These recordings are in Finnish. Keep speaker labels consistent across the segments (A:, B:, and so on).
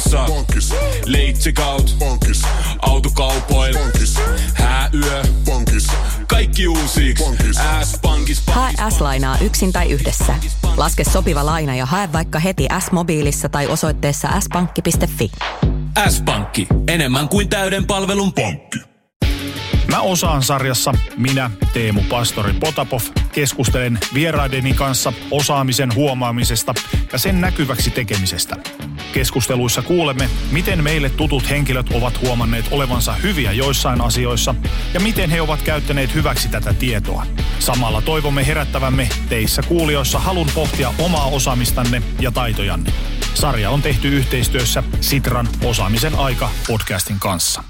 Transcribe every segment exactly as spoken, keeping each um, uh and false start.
A: pankissa, pankis. Leitsikaut, pankis. Autokaupoil, pankis. Hääyö, pankis. Kaikki uusi S-pankis.
B: Hae S-lainaa yksin tai yhdessä. Laske sopiva laina ja hae vaikka heti S-mobiilissa tai osoitteessa s pankki piste fi.
A: S-pankki, enemmän kuin täyden palvelun pankki.
C: Mä osaan sarjassa, minä, Teemu Pastori Potapov, keskustelen vieraideni kanssa osaamisen huomaamisesta ja sen näkyväksi tekemisestä. Keskusteluissa kuulemme, miten meille tutut henkilöt ovat huomanneet olevansa hyviä joissain asioissa ja miten he ovat käyttäneet hyväksi tätä tietoa. Samalla toivomme herättävämme teissä kuulijoissa halun pohtia omaa osaamistanne ja taitojanne. Sarja on tehty yhteistyössä Sitran Osaamisen aika podcastin kanssa.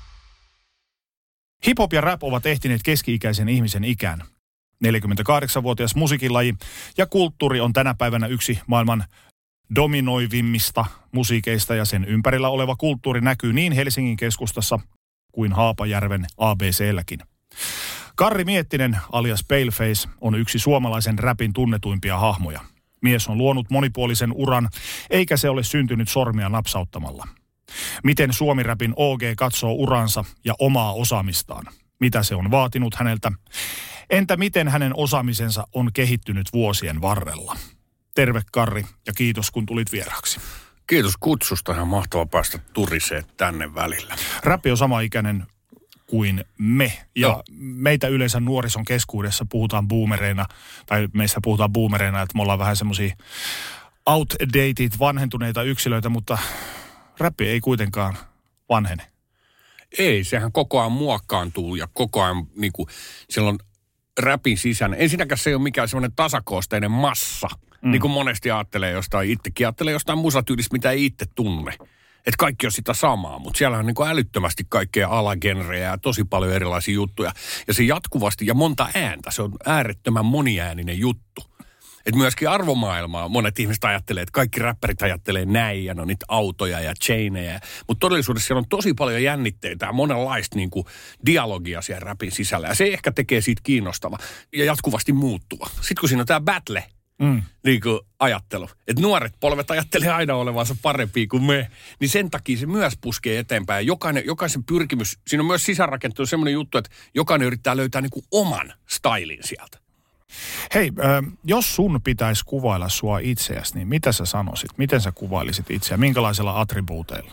C: Hip-hop ja rap ovat ehtineet keski-ikäisen ihmisen ikään. neljäkymmentäkahdeksanvuotias musiikinlaji ja kulttuuri on tänä päivänä yksi maailman dominoivimmista musiikeista ja sen ympärillä oleva kulttuuri näkyy niin Helsingin keskustassa kuin Haapajärven A B C:lläkin. Karri Miettinen alias Paleface on yksi suomalaisen rapin tunnetuimpia hahmoja. Mies on luonut monipuolisen uran, eikä se ole syntynyt sormia napsauttamalla. Miten Suomi-rapin O G katsoo uransa ja omaa osaamistaan? Mitä se on vaatinut häneltä? Entä miten hänen osaamisensa on kehittynyt vuosien varrella? Terve Karri ja kiitos kun tulit vieraaksi.
D: Kiitos kutsusta, ihan mahtava päästä turiseen tänne välillä.
C: Rappi on sama ikäinen kuin me ja no. Meitä yleensä nuorison keskuudessa puhutaan boomereina tai meistä puhutaan boomereina, että me ollaan vähän semmoisia outdated, vanhentuneita yksilöitä, mutta rappi ei kuitenkaan vanhene.
D: Ei, sehän koko ajan muokkaantuu ja koko ajan niin kuin, siellä on rapin sisään. Ensinnäkään se ei ole mikään semmoinen tasakoosteinen massa, mm. niin kuin monesti ajattelee jostain, itsekin ajattelee jostain musatyylistä, mitä ei itse tunne. Että kaikki on sitä samaa, mutta siellä on niin kuin älyttömästi kaikkea alagenrejä ja tosi paljon erilaisia juttuja. Ja se jatkuvasti ja monta ääntä, se on äärettömän moniääninen juttu. Että myöskin arvomaailmaa monet ihmiset ajattelee, että kaikki räppärit ajattelee näin ja no niitä autoja ja chaineja. Mutta todellisuudessa siellä on tosi paljon jännitteitä ja monenlaista niin kuin dialogia siellä räpin sisällä. Ja se ehkä tekee siitä kiinnostava ja jatkuvasti muuttuva. Sitten kun siinä on tämä battle, mm. niin kuin ajattelu, että nuoret polvet ajattelee aina olevansa parempia kuin me, niin sen takia se myös puskee eteenpäin. Jokainen, jokaisen pyrkimys, siinä on myös sisäänrakentunut semmoinen juttu, että jokainen yrittää löytää niin kuin oman stylin sieltä.
C: Hei, äh, jos sun pitäisi kuvailla sua itseäsi, niin mitä sä sanoisit? Miten sä kuvailisit itseä? Minkälaisilla attribuuteilla?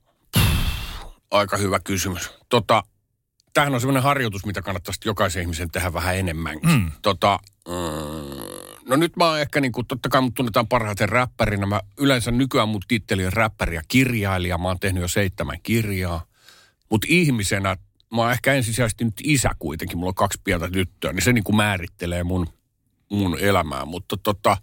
D: Aika hyvä kysymys. Tota, tämähän on semmoinen harjoitus, mitä kannattaisi jokaisen ihmisen tehdä vähän enemmänkin. Mm. Tota, mm, no nyt mä oon ehkä niin kuin, totta kai mut tunnetaan parhaiten räppärinä. Mä yleensä nykyään mun titteli on räppäri ja kirjailija. Mä oon tehnyt jo seitsemän kirjaa. Mutta ihmisenä mä oon ehkä ensisijaisesti nyt isä kuitenkin, mulla on kaksi pientä tyttöä, niin se niin kuin määrittelee mun, mun elämää. Mutta tota,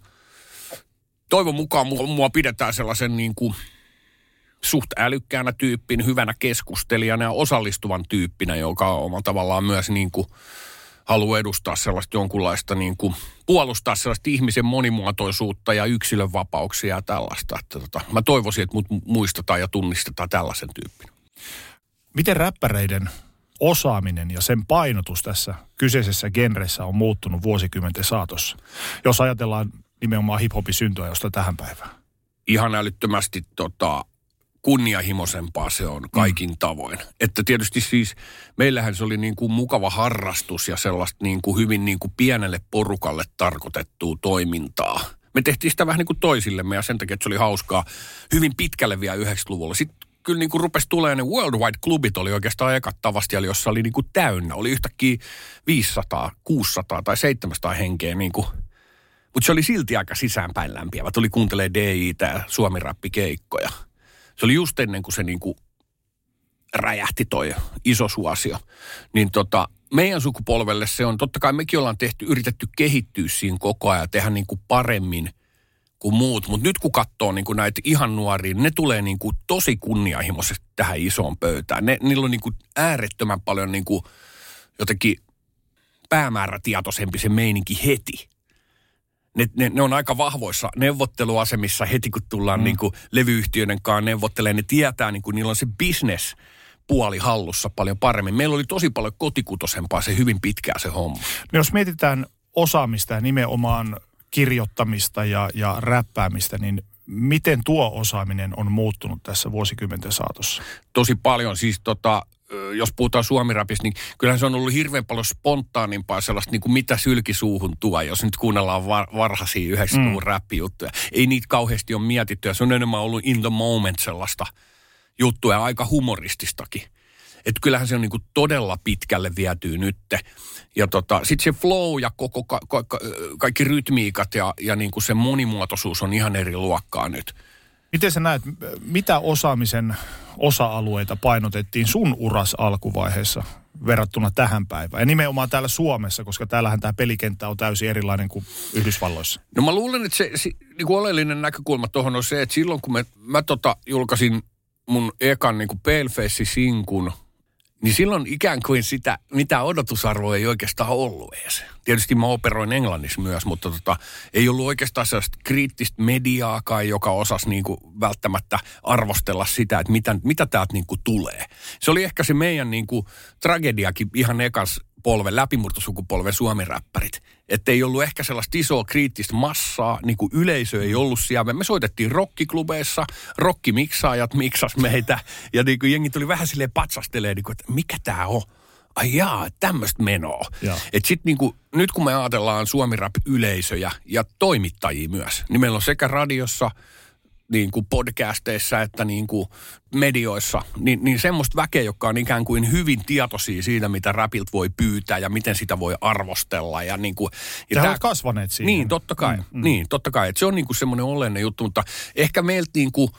D: toivon mukaan mua, mua pidetään sellaisen niin kuin suht älykkäänä tyyppin, hyvänä keskustelijana ja osallistuvan tyyppinä, joka on tavallaan myös niin kuin haluaa edustaa sellaista jonkunlaista niin kuin puolustaa sellaista ihmisen monimuotoisuutta ja yksilön vapauksia ja tällaista. Että tota, mä toivoisin, että mut muistetaan ja tunnistetaan tällaisen tyyppin.
C: Miten räppäreiden osaaminen ja sen painotus tässä kyseisessä genressä on muuttunut vuosikymmenten saatossa, jos ajatellaan nimenomaan hip-hopin syntyä josta tähän päivään?
D: Ihan älyttömästi tota, kunnianhimoisempaa se on kaikin mm. tavoin. Että tietysti siis meillähän se oli niin kuin mukava harrastus ja sellaista niin kuin hyvin niin kuin pienelle porukalle tarkoitettua toimintaa. Me tehtiin sitä vähän niin kuin toisillemme ja sen takia, että se oli hauskaa hyvin pitkälle vielä yhdeksänkymmentäluvulla. Sitten kyllä niin kuin rupesi tulemaan ne worldwide-klubit oli oikeastaan ekat Tavastialla, jossa oli niin kuin täynnä. Oli yhtäkkiä viisisataa, kuusisataa tai seitsemänsataa henkeä niin kuin. Mutta se oli silti aika sisäänpäin lämpiävä. Tuli kuuntelemaan D J:tä ja Suomi-räppikeikkoja. Se oli just ennen kuin se niin kuin räjähti toi iso suosio. Niin tota, meidän sukupolvelle se on, totta kai mekin ollaan tehty, yritetty kehittyä siinä koko ajan ja tehdä niin kuin paremmin kuin muut. Mutta nyt kun katsoo niin kuin näitä ihan nuoria, ne tulee niin kuin tosi kunnianhimoisesti tähän isoon pöytään. Ne, niillä on niin kuin äärettömän paljon niin kuin jotenkin päämäärätietoisempi se meininki heti. Ne, ne, ne on aika vahvoissa neuvotteluasemissa heti, kun tullaan mm. niin kuin levyyhtiöiden kanssa neuvottelemaan. Ne tietää, niin kuin niillä on se business puoli hallussa paljon paremmin. Meillä oli tosi paljon kotikutosempaa se hyvin pitkään se homma.
C: No jos mietitään osaamista ja nimenomaan kirjoittamista ja, ja räppäämistä, niin miten tuo osaaminen on muuttunut tässä vuosikymmenten saatossa?
D: Tosi paljon. Siis tota, jos puhutaan suomirapista, niin kyllähän se on ollut hirveän paljon spontaanimpaa sellaista, niin kuin mitä sylki suuhun tuo, jos nyt kuunnellaan var- varhaisia yhdeksänkymmentäluvun mm. räppijuttuja. Ei niitä kauheasti ole mietitty, ja se on enemmän ollut in the moment sellaista juttua, ja aika humorististakin. Että kyllähän se on niinku todella pitkälle vietyy nytte. Ja tota, sitten se flow ja koko, ka, ka, ka, kaikki rytmiikat ja, ja niinku se monimuotoisuus on ihan eri luokkaa nyt.
C: Miten sä näet, mitä osaamisen osa-alueita painotettiin sun uras alkuvaiheessa verrattuna tähän päivään? Ja nimenomaan täällä Suomessa, koska täällähän tämä pelikenttä on täysin erilainen kuin Yhdysvalloissa.
D: No mä luulen, että se, se niinku oleellinen näkökulma tuohon on se, että silloin kun mä, mä tota, julkaisin mun ekan niinku Paleface-sinkun, niin silloin ikään kuin sitä, mitä odotusarvoa ei oikeastaan ollut edes. Tietysti mä operoin englannissa myös, mutta tota, ei ollut oikeastaan sellaista kriittistä mediaakaan, joka osasi niinku välttämättä arvostella sitä, että mitä, mitä täältä niinku tulee. Se oli ehkä se meidän niinku tragediakin ihan ekas polven, läpimurtosukupolven suomiräppärit. Että ei ollut ehkä sellaista isoa kriittistä massaa, niin kuin yleisö ei ollut siellä. Me soitettiin rockiklubeissa, rockimiksaajat miksas meitä, ja niin kuin jengi tuli vähän silleen patsastelee, niin kuin, että mikä tää on? Ai jaa, tämmöistä menoa. Että sitten niin kuin, nyt kun me ajatellaan suomirap-yleisöjä ja toimittajia myös, niin meillä on sekä radiossa, niin kuin podcasteissa että niin kuin medioissa, niin, niin semmoista väkeä, joka on ikään kuin hyvin tietoisia siitä, mitä rapilta voi pyytää ja miten sitä voi arvostella. Ja niin kuin, ja
C: Tähän
D: tää,
C: olet kasvaneet siihen.
D: Niin, totta kai. Mm, mm. Niin, totta kai. Että se on niin kuin semmoinen oleellinen juttu, mutta ehkä meiltä niin kuin,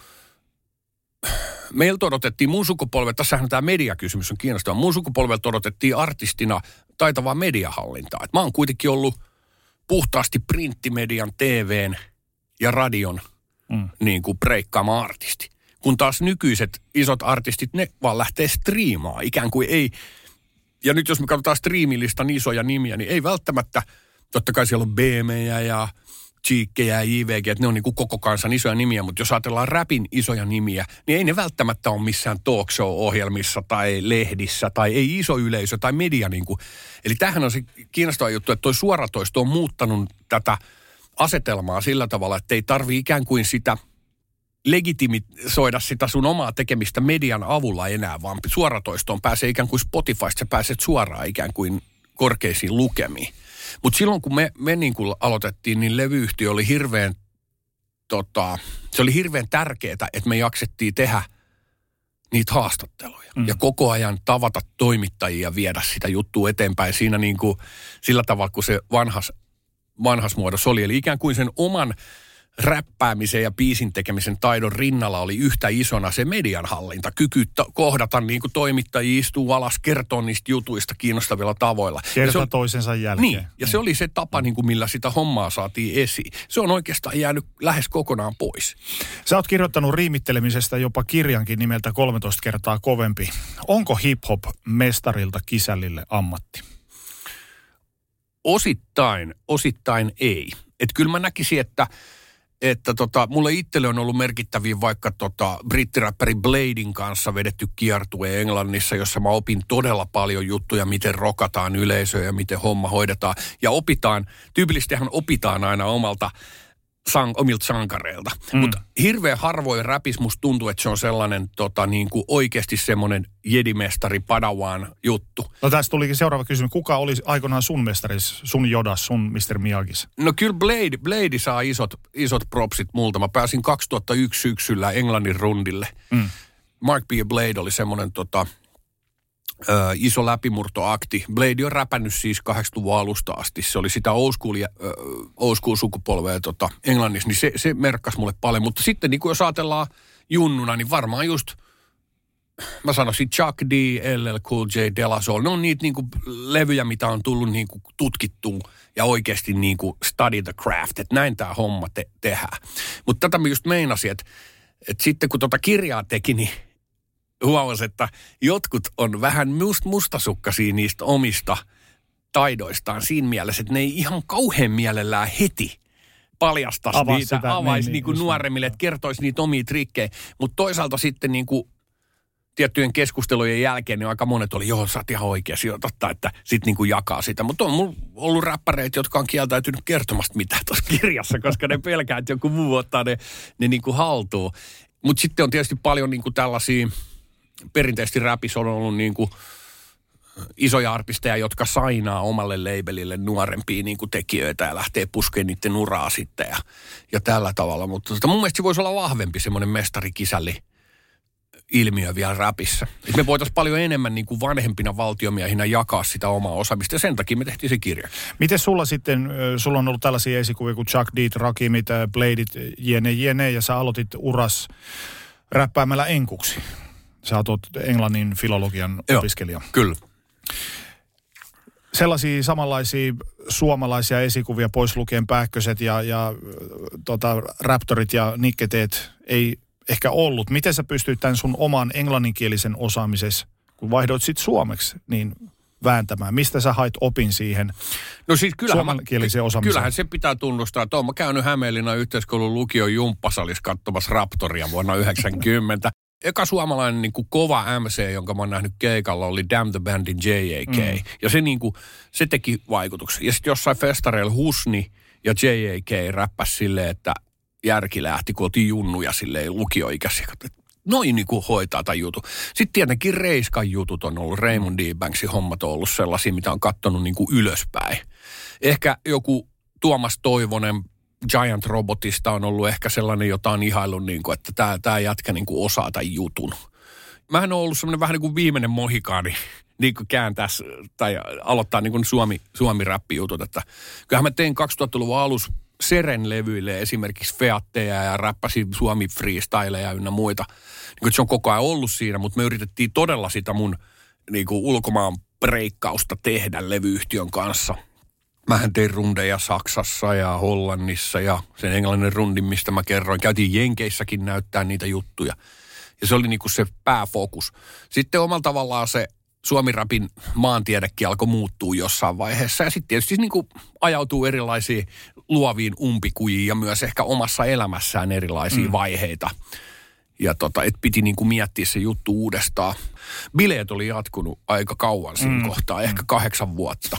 D: meiltä odotettiin mun sukupolvelta, tässähän tämä mediakysymys on kiinnostava, mun sukupolvelta odotettiin artistina taitavaa mediahallintaa. Et mä oon kuitenkin ollut puhtaasti printtimedian, T V:n ja radion Mm. niin kuin breikkaama artisti. Kun taas nykyiset isot artistit, ne vaan lähtee striimaan. Ikään kuin ei, ja nyt jos me katsotaan striimilistan isoja nimiä, niin ei välttämättä, totta kai siellä on B M:jä ja Cheekkejä ja J V G, että ne on niin kuin koko kansan isoja nimiä, mutta jos ajatellaan rapin isoja nimiä, niin ei ne välttämättä ole missään talk show-ohjelmissa tai lehdissä tai ei iso yleisö tai media. Niin kuin. Eli tämähän on se kiinnostava juttu, että toi suoratoisto on muuttanut tätä asetelmaa sillä tavalla, että ei tarvitse ikään kuin sitä legitimisoida sitä sun omaa tekemistä median avulla enää, vaan suoratoistoon pääsee ikään kuin Spotifysta, sä pääset suoraan ikään kuin korkeisiin lukemiin. Mutta silloin kun me, me niin kuin aloitettiin, niin levyyhtiö oli hirveän, tota, se oli hirveän tärkeää, että me jaksettiin tehdä niitä haastatteluja. Mm. Ja koko ajan tavata toimittajia ja viedä sitä juttua eteenpäin siinä niin kuin sillä tavalla, kun se vanhas vanhassa muodossa oli. Eli ikään kuin sen oman räppäämisen ja biisin tekemisen taidon rinnalla oli yhtä isona se medianhallinta. Kyky ta- kohdata niin kuin toimittajia, istuu alas, kertoa niistä jutuista kiinnostavilla tavoilla.
C: Kerta
D: on,
C: toisensa jälkeen.
D: Niin, ja mm. se oli se tapa, niin kuin millä sitä hommaa saatiin esiin. Se on oikeastaan jäänyt lähes kokonaan pois.
C: Sä oot kirjoittanut riimittelemisestä jopa kirjankin nimeltä kolmetoista kertaa kovempi. Onko hip-hop mestarilta kisällille ammatti?
D: Osittain, osittain ei. Että kyllä mä näkisin, että, että tota, mulle itselle on ollut merkittäviä vaikka tota brittiräppäri Bladein kanssa vedetty kiertue Englannissa, jossa mä opin todella paljon juttuja, miten rokataan yleisöä ja miten homma hoidetaan. Ja opitaan, tyypillisestihän opitaan aina omalta Sang, omilta sankareilta. Mm. Mutta hirveän harvoin räpis musta tuntuu, että se on sellainen tota, niin kuin oikeasti semmoinen jedimestari Padawan juttu.
C: No tästä tulikin seuraava kysymys. Kuka oli aikoinaan sun mestaris, sun Jodas, sun mister Miyagis?
D: No kyllä Blade, Blade saa isot, isot propsit multa. Mä pääsin kaksituhattayksi syksyllä Englannin rundille. Mm. Mark B. Blade oli semmoinen tota, ö, iso läpimurtoakti. Blade on räpännyt siis kahdeksankymmentäluvun alusta asti. Se oli sitä old school, ö, old school sukupolvea tota, Englannissa, niin se, se merkkasi mulle paljon. Mutta sitten niin kuin jos ajatellaan junnuna, niin varmaan just, mä sanoisin Chuck D, L L Cool J, De La Soul. Ne on niitä niin kuin levyjä, mitä on tullut niin kuin tutkittua ja oikeasti niin kuin study the craft. Että näin tämä homma te- tehdään. Mutta tätä mä just meinasin, että, että sitten kun tota kirjaa teki, niin huomasi, että jotkut on vähän must, mustasukkaisia niistä omista taidoistaan siinä mielessä, että ne ei ihan kauhean mielellään heti paljastaisi
C: Avaa
D: niitä,
C: sitä,
D: avaisi
C: niin,
D: niin, niin nuoremmille, että kertoisi niitä omia trikkejä. Mutta toisaalta sitten niin kuin tiettyjen keskustelujen jälkeen niin aika monet oli, joo, sä oot ihan oikeassa, joo, totta, että sit niinku jakaa sitä. Mutta on mulla ollut räppäreitä, jotka on kieltäytynyt kertomasta mitään tuossa kirjassa, koska ne pelkää, että joku muu ottaa ne, ne niinku haltuun. Mutta sitten on tietysti paljon niinku tällaisia, perinteisesti räpissä on ollut niinku isoja artisteja, jotka sainaa omalle labelille nuorempia niinku tekijöitä ja lähtee puskemaan niiden uraa sitten ja, ja tällä tavalla. Mutta tota, mun mielestä se voisi olla vahvempi semmoinen mestarikisälli ilmiö vielä räpissä. Et me voitaisiin paljon enemmän niin kuin vanhempina valtiomiehinä jakaa sitä omaa osaamista ja sen takia me tehtiin se kirja.
C: Miten sulla sitten, sulla on ollut tällaisia esikuvia kuin Chuck D, Rakimit, Bladeit, jene jene ja sä aloitit uras räppäämällä enkuksi. Sä oot englannin filologian
D: Joo,
C: opiskelija.
D: Kyllä.
C: Sellaisia samanlaisia suomalaisia esikuvia pois lukien Pähköset ja, ja tota, Raptorit ja Nikketeet ei ehkä ollut. Miten sä pystyt tämän sun oman englanninkielisen osaamisessa, kun vaihdoit sitten suomeksi, niin vääntämään? Mistä sä hait opin siihen
D: no siis
C: suomenkieliseen osaamiseen?
D: Kyllähän se pitää tunnustaa, että olen käynyt Hämeenlinnan yhteiskoulun lukion jumppasalissa katsomassa Raptoria vuonna yhdeksänkymmentä. Eka suomalainen niin kuin kova M C, jonka mä oon nähnyt keikalla, oli Damn the Bandin J A K. Mm. Ja se, niin kuin, se teki vaikutuksen. Ja sitten jossain festareilla Husni ja J A K räppäsi silleen, että järki lähti, kun oltiin junnuja silleen lukioikäisiä. Noin niin kuin hoitaa tämän jutun. Sitten tietenkin Reiskan jutut on ollut, Raymond D. Banksin hommat on ollut sellaisia, mitä on katsonut niin kuin ylöspäin. Ehkä joku Tuomas Toivonen Giant Robotista on ollut ehkä sellainen, jota on ihaillut, niin kuin, että tämä, tämä jätkä niin kuin osaa tämän jutun. Mähän on ollut sellainen vähän niin kuin viimeinen mohikaani, niin kuin kääntäisi tai aloittaa niin kuin Suomi, Suomi-räppijutut. Että kyllähän mä tein kaksituhattaluvun alussa Seren-levyille esimerkiksi featteja ja räppäsin Suomi freestyleja ynnä muita. Niin se on koko ajan ollut siinä, mutta me yritettiin todella sitä mun niin kuin ulkomaan breikkausta tehdä levyyhtiön kanssa. Mähän tein rundeja Saksassa ja Hollannissa ja sen englannin rundin, mistä mä kerroin. Käytiin Jenkeissäkin näyttää niitä juttuja. Ja se oli niin kuin se pääfokus. Sitten omalla tavallaan se Suomi-rapin maantiedekin alkoi muuttua jossain vaiheessa. Ja sitten tietysti niin kuin ajautuu erilaisiin luoviin umpikujiin ja myös ehkä omassa elämässään erilaisia mm. vaiheita. Ja tota, et piti niin kuin miettiä se juttu uudestaan. Bileet oli jatkunut aika kauan siinä mm. kohtaa, ehkä kahdeksan vuotta.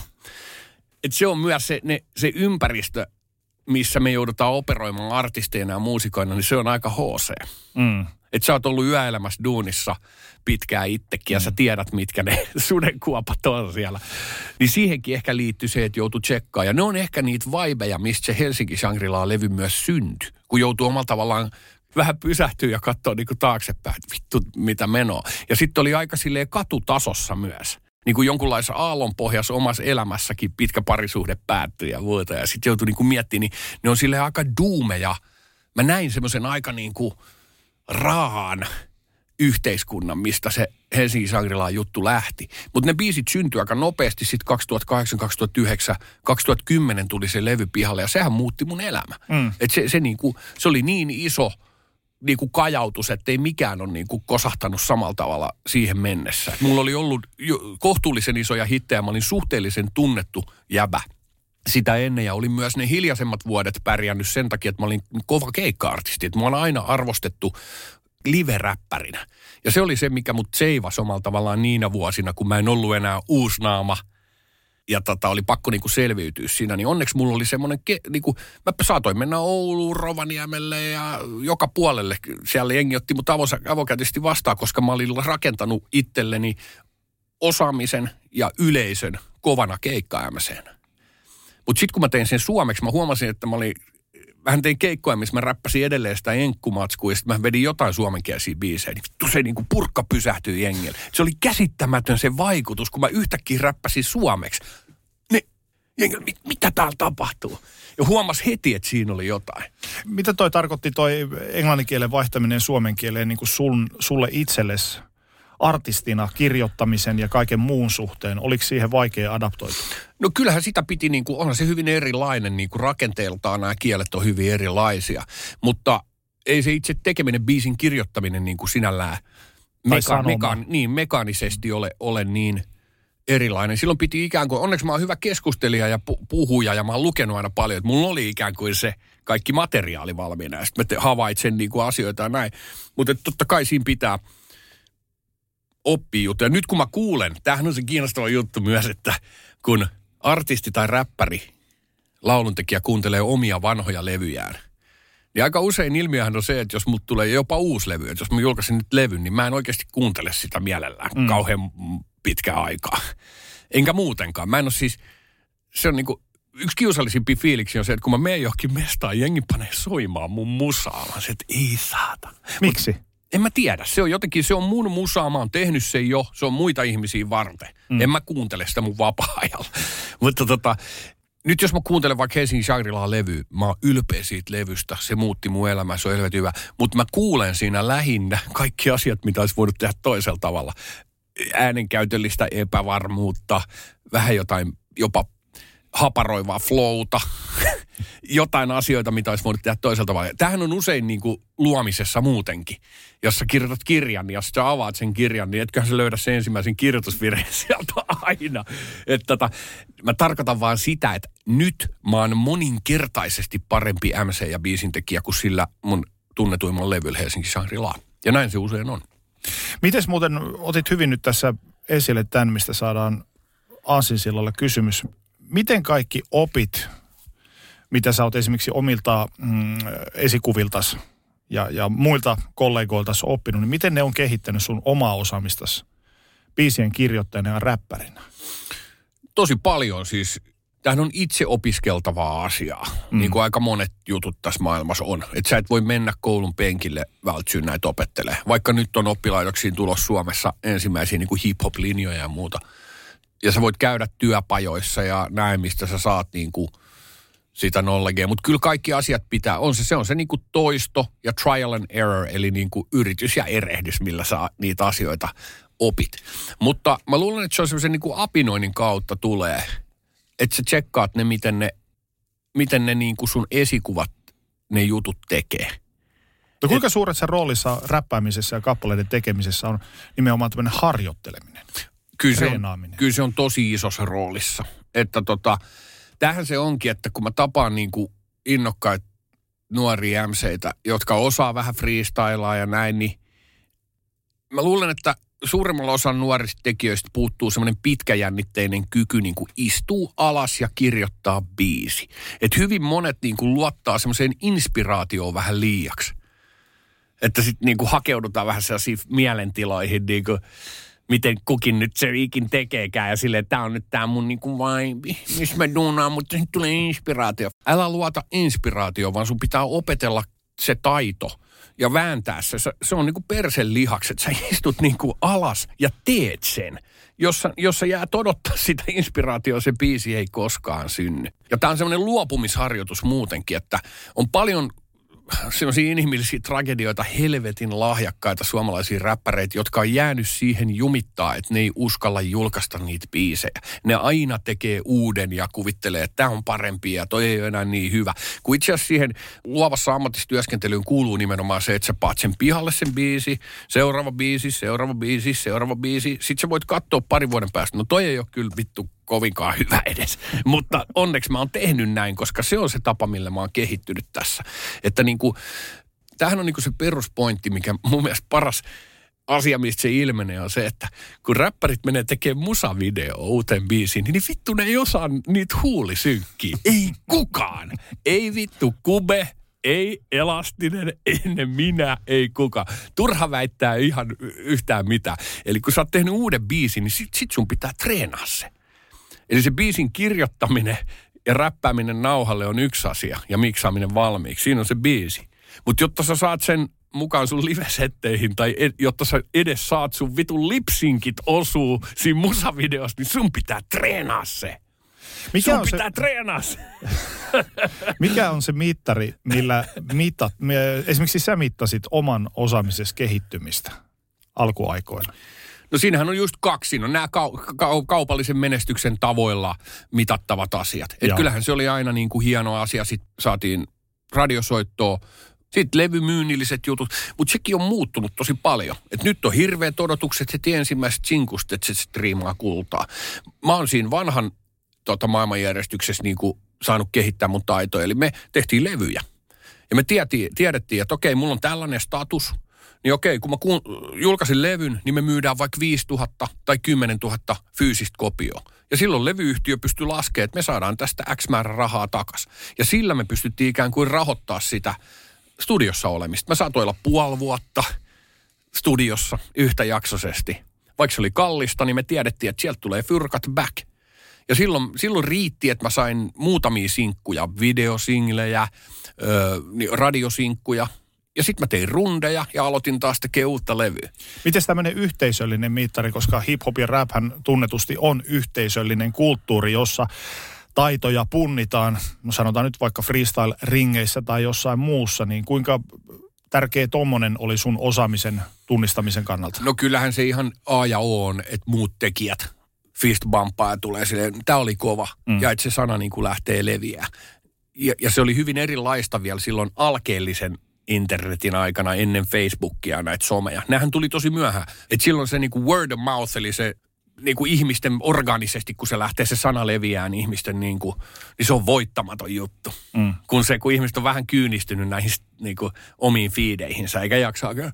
D: Et se on myös se, ne, se ympäristö, missä me joudutaan operoimaan artisteina ja muusikoina, niin se on aika H C. Mm. Että sä oot ollut yöelämässä duunissa pitkään itsekin ja sä tiedät, mitkä ne sudenkuopat on siellä. Niin siihenkin ehkä liittyy se, että joutuu tsekkaamaan. Ja ne on ehkä niitä vibeja, mistä se Helsinki Shangri-La-levy myös syntyi. Kun joutuu omalla tavallaan vähän pysähtyä ja katsoa niinku taaksepäin, että vittu mitä menoa. Ja sitten oli aika silleen katutasossa myös. Niin kuin jonkunlaisessa aallonpohjassa omassa elämässäkin pitkä parisuhde päättyi ja muuta. Ja sitten joutui niinku miettimään, niin ne on silleen aika duumeja. Mä näin semmoisen aika niinku raahan yhteiskunnan, mistä se Helsingin Shangri-Lan juttu lähti. Mutta ne biisit syntyi aika nopeasti sitten kaksituhattakahdeksan, kaksituhattayhdeksän, kaksituhattakymmenen tuli se levy pihalle ja sehän muutti mun elämä. Mm. Et se, se, niinku, se oli niin iso niinku kajautus, että ei mikään ole niinku kosahtanut samalla tavalla siihen mennessä. Mulla oli ollut jo kohtuullisen isoja hittejä, mä olin suhteellisen tunnettu jäbä sitä ennen ja olin myös ne hiljaisemmat vuodet pärjännyt sen takia, että mä olin kova keikka-artisti. Että mä oon aina arvostettu live-räppärinä. Ja se oli se, mikä mut seivasi omalla tavallaan niinä vuosina, kun mä en ollut enää uusnaama ja tota, oli pakko niinku selviytyä siinä. Niin onneksi mulla oli semmoinen, ke- niinku, mä saatoin mennä Ouluun, Rovaniemelle ja joka puolelle. Siellä jengi otti mut avokätisesti vastaan, koska mä olin rakentanut itselleni osaamisen ja yleisön kovana keikka-ämseenä. Mutta sitten kun mä tein sen suomeksi, mä huomasin, että mä olin, vähän tein keikkoja, missä mä räppäsin edelleen sitä enkkumatskua ja sitten mä vedin jotain suomenkielisiä biisejä. Niin vittu se niinku purkka pysähtyi jengille. Se oli käsittämätön se vaikutus, kun mä yhtäkkiä räppäsin suomeksi. Ne, jengille, mit, mitä täällä tapahtuu? Ja huomasi heti, että siinä oli jotain.
C: Mitä toi tarkoitti toi englanninkielen vaihtaminen suomen kieleen niin kuin sun, sulle itsellesi? Artistina, kirjoittamisen ja kaiken muun suhteen? Oliko siihen vaikea adaptoitua?
D: No kyllähän sitä piti, niin kuin, onhan se hyvin erilainen, niin kuin rakenteeltaan nämä kielet on hyvin erilaisia. Mutta ei se itse tekeminen, biisin kirjoittaminen niin kuin sinällään meka- meka- niin, mekaanisesti ole, ole niin erilainen. Silloin piti ikään kuin, onneksi mä oon hyvä keskustelija ja pu- puhuja ja mä oon lukenut aina paljon, että mulla oli ikään kuin se kaikki materiaali valmiina ja sitten mä havaitsen niin kuin asioita ja näin. Mutta totta kai siinä pitää oppii juttuja. Nyt kun mä kuulen, tämähän on se kiinnostava juttu myös, että kun artisti tai räppäri, lauluntekijä kuuntelee omia vanhoja levyjään, niin aika usein ilmiöhän on se, että jos mut tulee jopa uusi levy, että jos mä julkaisin nyt levyn, niin mä en oikeasti kuuntele sitä mielellään mm. kauhean pitkää aikaa. Enkä muutenkaan. Mä en ole siis, se on niinku, yksi kiusallisimpia fiiliksi on se, että kun mä menen johonkin mestaan, jengi panee soimaan mun musaa. Mä se, että ei saatana.
C: Miksi?
D: Mut, en mä tiedä. Se on jotenkin, se on mun musaa, mä oon tehnyt sen jo. Se on muita ihmisiä varten. Mm. En mä kuuntele sitä mun vapaa-ajalla. Mutta tota, nyt jos mä kuuntelen vaikka Helsingin Shangri-Laan levyä, mä oon ylpeä siitä levystä. Se muutti mun elämää, se on helvetin hyvä. Mutta mä kuulen siinä lähinnä kaikki asiat, mitä olisi voinut tehdä toisella tavalla. Äänenkäytöllistä epävarmuutta, vähän jotain jopa haparoivaa flowta, jotain asioita, mitä olisi voinut tehdä toisella tavalla. Tämähän on usein niin kuin luomisessa muutenkin. Jos sä kirjoitat kirjan, niin jos sä avaat sen kirjan, niin etköhän sä löydä sen ensimmäisen kirjoitusvirheen sieltä aina. Että tota, mä tarkoitan vaan sitä, että nyt mä oon moninkertaisesti parempi M C ja biisintekijä kuin sillä mun tunnetuimman levyllä Helsingin Shangri-Laan. Ja näin se usein on.
C: Mites muuten, otit hyvin nyt tässä esille tämän, mistä saadaan aasinsillalle kysymys. Miten kaikki opit, mitä sä oot esimerkiksi omilta mm, esikuviltas ja, ja muilta kollegoiltas oppinut, niin miten ne on kehittänyt sun omaa osaamistasi biisien kirjoittajana ja räppärinä?
D: Tosi paljon siis. Tämähän on itse opiskeltavaa asiaa, mm. niin kuin aika monet jutut tässä maailmassa on. Että sä et voi mennä koulun penkille vältsyyn näitä opettelee. Vaikka nyt on oppilaitoksiin tulossa Suomessa ensimmäisiä niin kuin hip-hop-linjoja ja muuta. Ja sä voit käydä työpajoissa ja näin, mistä sä saat niin kuin sitä knowledgea. Mutta kyllä kaikki asiat pitää, on se, se on se niin kuin toisto ja trial and error, eli niin kuin yritys ja erehdys, millä sä niitä asioita opit. Mutta mä luulen, että se on semmoisen niin kuin apinoinnin kautta tulee, että sä tsekkaat ne, miten ne, miten ne niin kuin sun esikuvat, ne jutut tekee.
C: No kuinka Et, suuressa roolissa räppäämisessä ja kappaleiden tekemisessä on nimenomaan tämmöinen harjoitteleminen?
D: Kyllä se, on, kyllä se on tosi isossa roolissa. Että tota, tämähän se onkin, että kun mä tapaan niin kuin innokkaita nuoria M C:itä, jotka osaa vähän freestylaa ja näin, niin mä luulen, että suurimmalla osan nuorista tekijöistä puuttuu semmoinen pitkäjännitteinen kyky niin kuin istuu alas ja kirjoittaa biisi. Että hyvin monet niin kuin luottaa semmoiseen inspiraatioon vähän liiaksi. Että sitten niin kuin hakeudutaan vähän sellaisiin mielentiloihin, niin kuin miten kukin nyt se ikin tekeekään ja silleen, tämä on nyt tämä mun niin kuin vibe, missä mä duunaan, mutta sitten tulee inspiraatio. Älä luota inspiraatioon, vaan sun pitää opetella se taito ja vääntää se. Se on niin kuin persen lihaksi, että sä istut niin kuin alas ja teet sen. Jos sä, jos sä jäät odottaa sitä inspiraatioa, se biisi ei koskaan synny. Ja tää on semmoinen luopumisharjoitus muutenkin, että on paljon sellaisia inhimillisiä tragedioita, helvetin lahjakkaita suomalaisia räppäreitä, jotka on jäänyt siihen jumittaa, että ne ei uskalla julkaista niitä biisejä. Ne aina tekee uuden ja kuvittelee, että tämä on parempi ja toi ei ole enää niin hyvä. Kun itse asiassa siihen luovassa ammatissa työskentelyyn kuuluu nimenomaan se, että sä paat sen pihalle sen biisi, seuraava biisi, seuraava biisi, seuraava biisi. Sitten sä voit katsoa parin vuoden päästä. No toi ei ole kyllä vittu kovinkaan hyvä edes. Mutta onneksi mä oon tehnyt näin, koska se on se tapa, millä mä oon kehittynyt tässä. Että niinku, tämähän on niinku se peruspointti, mikä mun mielestä paras asia, mistä se ilmenee, on se, että kun räppärit menee tekemään musavideo uuteen biisiin, niin vittu ne ei osaa niitä huulisynkkiä. Ei kukaan. Ei vittu Kube, ei Elastinen, ennen minä, ei kukaan. Turha väittää ihan yhtään mitään. Eli kun sä oot tehnyt uuden biisin, niin sit, sit sun pitää treenaa se. Eli se biisin kirjoittaminen ja räppääminen nauhalle on yksi asia ja miksaaminen valmiiksi. Siinä on se biisi. Mutta jotta sä saat sen mukaan sun live-setteihin tai ed, jotta sä edes saat sun vitun lipsinkit osuu siinä musavideossa, niin sun pitää treenaa se. Mikä sun on pitää se... treenaa se.
C: Mikä on se mittari, millä mitat, esimerkiksi sä mittasit oman osaamisesi kehittymistä alkuaikoina?
D: No siinähän on just kaksi. Siinä on nämä kau- kau- kaupallisen menestyksen tavoilla mitattavat asiat. Et kyllähän se oli aina niin kuin hieno asia. Sitten saatiin radiosoittoa, sitten levymyynnilliset jutut. Mutta sekin on muuttunut tosi paljon. Et nyt on hirveät odotukset heti ensimmäisestä sinkusta, että se striimaa kultaa. Mä oon siinä vanhan tota, maailmanjärjestyksessä niin kuin saanut kehittää mun taitoja. Eli me tehtiin levyjä. Ja me tiedettiin, tiedettiin että okei, mulla on tällainen status. Niin okei, kun mä ku, julkaisin levyn, niin me myydään vaikka viisituhatta tai kymmenentuhatta fyysistä kopioa. Ja silloin levyyhtiö pystyi laskemaan, että me saadaan tästä X määrä rahaa takas. Ja sillä me pystyttiin ikään kuin rahoittaa sitä studiossa olemista. Mä saatoin olla puoli vuotta studiossa yhtäjaksoisesti. Vaikka se oli kallista, niin me tiedettiin, että sieltä tulee fyrkat back. Ja silloin, silloin riitti, että mä sain muutamia sinkkuja, videosinglejä, öö, radiosinkkuja. Ja sitten mä tein rundeja ja aloitin taas tekemään uutta levyä.
C: Miten tämmöinen yhteisöllinen mittari, koska hip-hop ja rap-hän tunnetusti on yhteisöllinen kulttuuri, jossa taitoja punnitaan, no sanotaan nyt vaikka freestyle-ringeissä tai jossain muussa, niin kuinka tärkeä tommonen oli sun osaamisen tunnistamisen kannalta?
D: No kyllähän se ihan A ja O on, että muut tekijät fist bumpaa ja tulee silleen, tää oli kova, mm. ja että se sana niin kuin lähtee leviää. Ja, ja se oli hyvin erilaista vielä silloin alkeellisen internetin aikana ennen Facebookia näitä someja. Nämähän tuli tosi myöhään. Että silloin se niinku word of mouth, eli se niinku ihmisten organisesti, kun se lähtee se sana leviää, niin ihmisten niinku, niin se on voittamaton juttu. Mm. Kun se, kun ihmiset on vähän kyynistynyt näihin niinku omiin fiideihinsä, eikä jaksa, äh,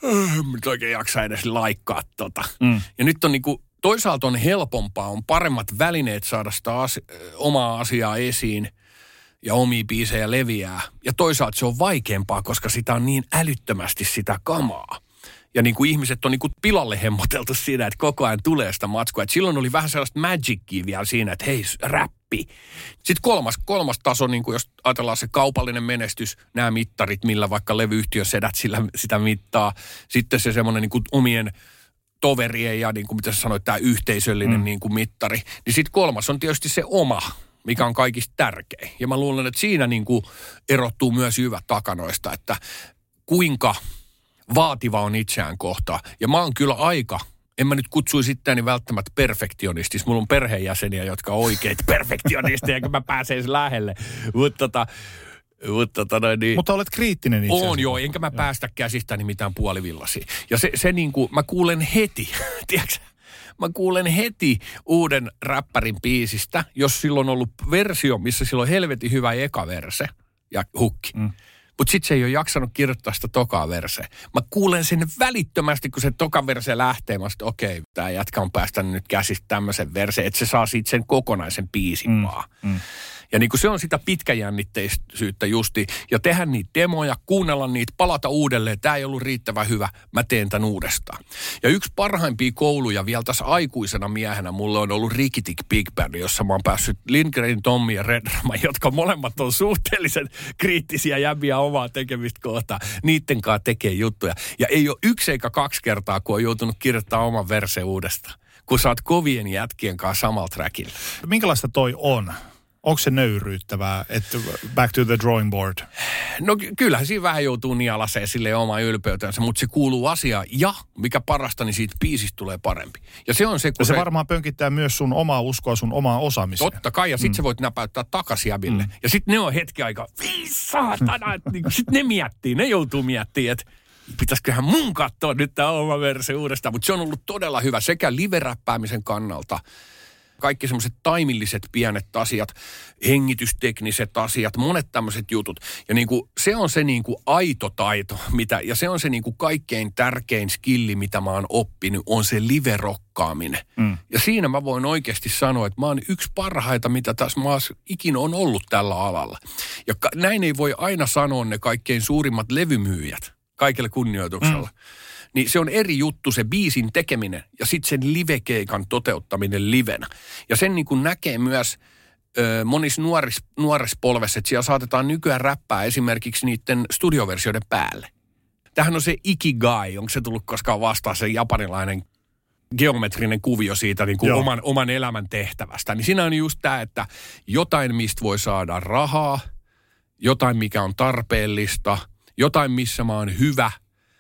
D: nyt oikein jaksa edes laikkaa tota. Mm. Ja nyt on niinku, toisaalta on helpompaa, on paremmat välineet saada sitä asi- omaa asiaa esiin, ja omia biisejä leviää. Ja toisaalta se on vaikeampaa, koska sitä on niin älyttömästi sitä kamaa. Ja niin kuin ihmiset on niin kuin pilalle hemmoteltu siinä, että koko ajan tulee sitä matskua. Et silloin oli vähän sellaista magicia vielä siinä, että hei, räppi. Sitten kolmas, kolmas taso, niin kuin jos ajatellaan se kaupallinen menestys, nämä mittarit, millä vaikka levyyhtiösedät sillä, sitä mittaa. Sitten se semmoinen niin kuin omien toverien ja niin kuin mitä sä sanoit, tämä yhteisöllinen mm. niin kuin mittari. Niin sitten kolmas on tietysti se oma, mikä on kaikista tärkein. Ja mä luulen, että siinä niin kuin erottuu myös hyvä takanoista, että kuinka vaativa on itseään kohtaan. Ja mä oon kyllä aika, en mä nyt kutsuisi itseäni välttämättä perfektionistiksi. Mulla on perheenjäseniä, jotka on oikeita perfektionisteja, kun mä pääsen edes lähelle. Mutta tota, Mutta, tota, niin,
C: Mutta olet kriittinen itse asiassa.
D: On joo, enkä mä joo. päästä käsistäni mitään puolivillaisia. Ja se, se niin kuin, mä kuulen heti, tiedätkö Mä kuulen heti uuden räppärin biisistä, jos silloin on ollut versio, missä silloin on helvetin hyvä eka verse ja hukki. Mm. Mutta sitten se ei ole jaksanut kirjoittaa sitä tokaa verseä. Mä kuulen sen välittömästi, kun se toka verse lähtee. Mä sanoin, okei, okay, tämä jätkä on päästänyt nyt käsistä tämmöisen verseen, että se saa siitä sen kokonaisen biisin mm. vaan. Mm. Ja niin kuin se on sitä pitkäjännitteisyyttä justi. Ja tehdä niitä demoja, kuunnella niitä, palata uudelleen. Tämä ei ollut riittävän hyvä, mä teen tämän uudestaan. Ja yksi parhaimpia kouluja vielä tässä aikuisena miehenä mulle on ollut Rikitik Big Band, jossa mä oon päässyt Lindgren, Tommi ja Redrama, jotka molemmat on suhteellisen kriittisiä jäbiä omaa tekemistä kohtaan. Niitten kanssa tekee juttuja. Ja ei ole yksi eikä kaksi kertaa, kun on joutunut kirjoittamaan oman verse uudestaan. Kun sä oot kovien jätkien kanssa samalla trackilla.
C: Minkälaista toi on? Onko se nöyryyttävää, että back to the drawing board?
D: No kyllähän siinä vähän joutuu nialaseen silleen oman ylpeytensä, mutta se kuuluu asiaan. Ja mikä parasta, niin siitä biisistä tulee parempi. Ja se on se, kun
C: ja se,
D: se
C: varmaan pönkittää myös sun omaa uskoa, sun omaa osaamiseen.
D: Totta kai, ja sit mm. sä voit näpäyttää takaisin jäbille. Mm. Ja sit ne on hetki aika, vii saatana, että niin, sit ne miettii, ne joutuu miettimään, että pitäisiköhän mun katsoa nyt tämä oma verse uudestaan. Mutta se on ollut todella hyvä sekä live-räppäämisen kannalta, kaikki semmoiset taimilliset pienet asiat, hengitystekniset asiat, monet tämmöiset jutut. Ja niinku, se on se niinku aito taito, mitä, ja se on se niinku kaikkein tärkein skilli, mitä mä oon oppinut, on se live-rokkaaminen. Mm. Ja siinä mä voin oikeasti sanoa, että mä oon yksi parhaita, mitä tässä maassa ikinä on ollut tällä alalla. Ja ka- näin ei voi aina sanoa ne kaikkein suurimmat levymyyjät, kaikelle kunnioituksella. Mm. Niin se on eri juttu se biisin tekeminen ja sitten sen livekeikan toteuttaminen livenä. Ja sen niin kuin näkee myös ö, monissa nuoris, nuorissa polvessa, että siellä saatetaan nykyään räppää esimerkiksi niiden studioversioiden päälle. Tämähän on se ikigai, onko se tullut koskaan vastaan se japanilainen geometrinen kuvio siitä niin kuin oman, oman elämän tehtävästä. Niin siinä on just tämä, että jotain mistä voi saada rahaa, jotain mikä on tarpeellista, jotain missä mä oon hyvä,